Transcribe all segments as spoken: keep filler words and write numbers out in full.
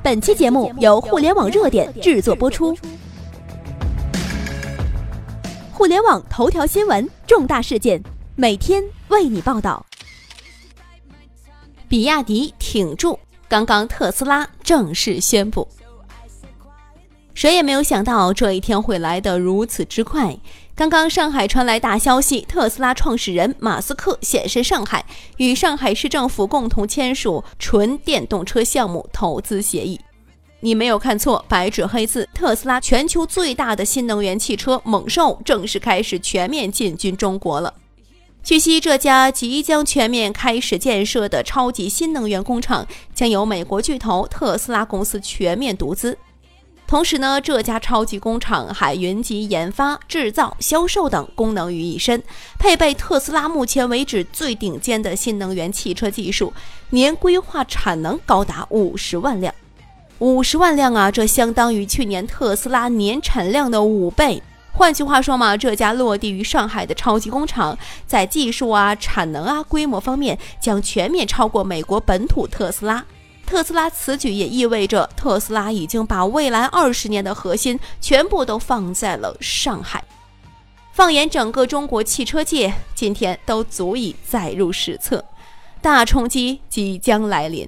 本期节目由互联网热点制作播出。互联网头条新闻，重大事件，每天为你报道。比亚迪挺住，刚刚特斯拉正式宣布。谁也没有想到这一天会来得如此之快。刚刚上海传来大消息，特斯拉创始人马斯克现身上海，与上海市政府共同签署纯电动车项目投资协议。你没有看错，白纸黑字，特斯拉全球最大的新能源汽车猛兽正式开始全面进军中国了。据悉，这家即将全面开始建设的超级新能源工厂将由美国巨头特斯拉公司全面独资。同时呢，这家超级工厂还云集研发、制造、销售等功能于一身，配备特斯拉目前为止最顶尖的新能源汽车技术，年规划产能高达五十万辆。五十万辆啊，这相当于去年特斯拉年产量的五倍。换句话说嘛，这家落地于上海的超级工厂，在技术啊、产能啊、规模方面将全面超过美国本土特斯拉。特斯拉此举也意味着特斯拉已经把未来二十年的核心全部都放在了上海。放眼整个中国汽车界，今天都足以载入史册，大冲击即将来临。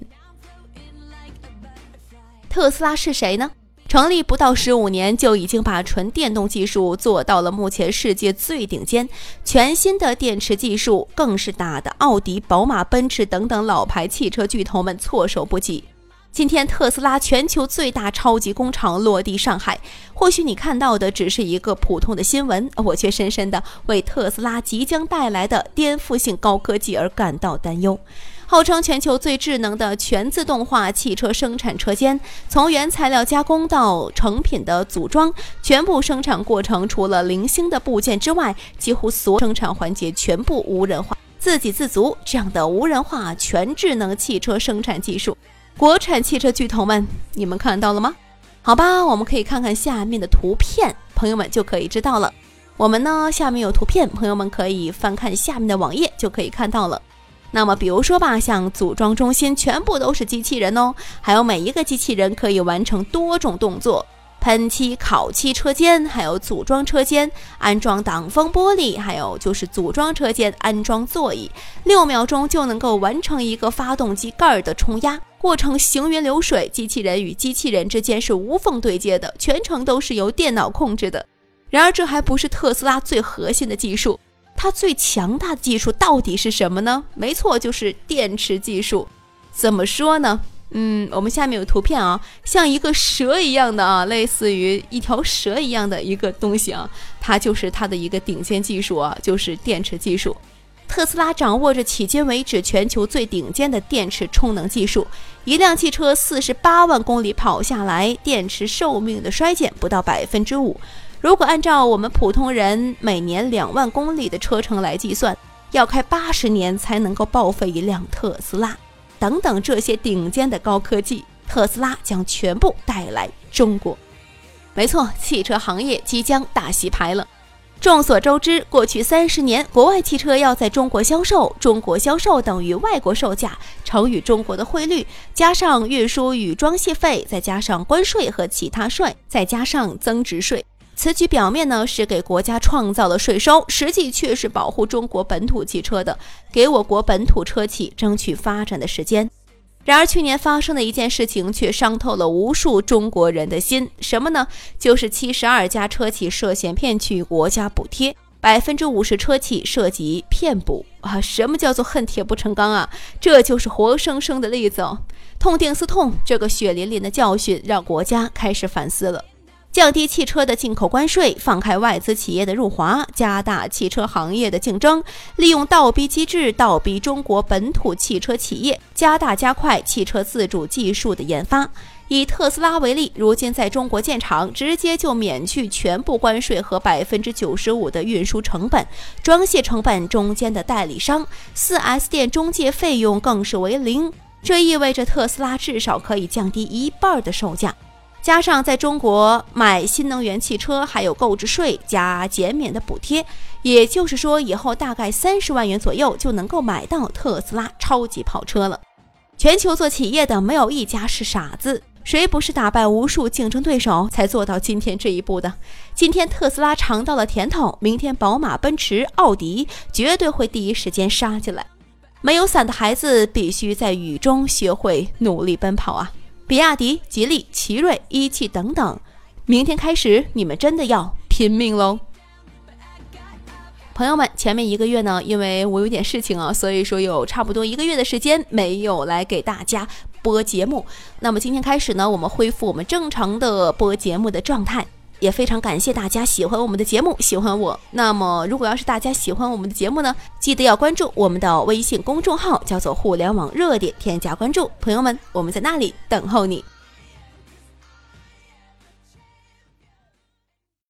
特斯拉是谁呢？成立不到十五年，就已经把纯电动技术做到了目前世界最顶尖，全新的电池技术更是打得奥迪、宝马、奔驰等等老牌汽车巨头们措手不及。今天特斯拉全球最大超级工厂落地上海，或许你看到的只是一个普通的新闻，我却深深地为特斯拉即将带来的颠覆性高科技而感到担忧。号称全球最智能的全自动化汽车生产车间，从原材料加工到成品的组装，全部生产过程除了零星的部件之外，几乎所有生产环节全部无人化，自给自足。这样的无人化全智能汽车生产技术，国产汽车巨头们，你们看到了吗？好吧，我们可以看看下面的图片，朋友们就可以知道了。我们呢，下面有图片，朋友们可以翻看下面的网页就可以看到了。那么比如说吧，像组装中心全部都是机器人哦，还有每一个机器人可以完成多种动作，喷漆、烤漆车间，还有组装车间安装挡风玻璃，还有就是组装车间安装座椅，六秒钟就能够完成一个发动机盖的冲压，过程行云流水，机器人与机器人之间是无缝对接的，全程都是由电脑控制的。然而这还不是特斯拉最核心的技术，它最强大的技术到底是什么呢？没错，就是电池技术。怎么说呢？嗯，我们下面有图片啊，像一个蛇一样的啊，类似于一条蛇一样的一个东西啊，它就是它的一个顶尖技术啊，就是电池技术。特斯拉掌握着迄今为止全球最顶尖的电池充能技术，一辆汽车四十八万公里跑下来，电池寿命的衰减不到百分之五。如果按照我们普通人每年两万公里的车程来计算，要开八十年才能够报废一辆特斯拉。等等这些顶尖的高科技，特斯拉将全部带来中国。没错，汽车行业即将大洗牌了。众所周知，过去三十年，国外汽车要在中国销售，中国销售等于外国售价乘以中国的汇率，加上运输与装卸费，再加上关税和其他税，再加上增值税。此举表面呢是给国家创造了税收，实际却是保护中国本土汽车的，给我国本土车企争取发展的时间。然而去年发生的一件事情却伤透了无数中国人的心，什么呢？就是七十二家车企涉嫌骗取国家补贴，百分之五十车企涉及骗补啊！什么叫做恨铁不成钢啊？这就是活生生的例子哦。痛定思痛，这个血淋淋的教训让国家开始反思了。降低汽车的进口关税，放开外资企业的入华，加大汽车行业的竞争，利用倒逼机制倒逼中国本土汽车企业，加大加快汽车自主技术的研发。以特斯拉为例，如今在中国建厂，直接就免去全部关税和百分之九十五的运输成本、装卸成本中间的代理商、四 S 店中介费用更是为零。这意味着特斯拉至少可以降低一半的售价。加上在中国买新能源汽车还有购置税加减免的补贴，也就是说以后大概三十万元左右就能够买到特斯拉超级跑车了。全球做企业的没有一家是傻子， 谁不是打败无数竞争对手才做到今天这一步的？今天特斯拉尝到了甜头，明天宝马、奔驰、奥迪绝对会第一时间杀进来。没有伞的孩子必须在雨中学会努力奔跑啊！比亚迪、吉利、奇瑞、一汽等等，明天开始你们真的要拼命喽！朋友们，前面一个月呢，因为我有点事情啊，所以说有差不多一个月的时间没有来给大家播节目。那么今天开始呢，我们恢复我们正常的播节目的状态，也非常感谢大家喜欢我们的节目，喜欢我。那么如果要是大家喜欢我们的节目呢，记得要关注我们的微信公众号，叫做互联网热点，添加关注。朋友们，我们在那里等候你。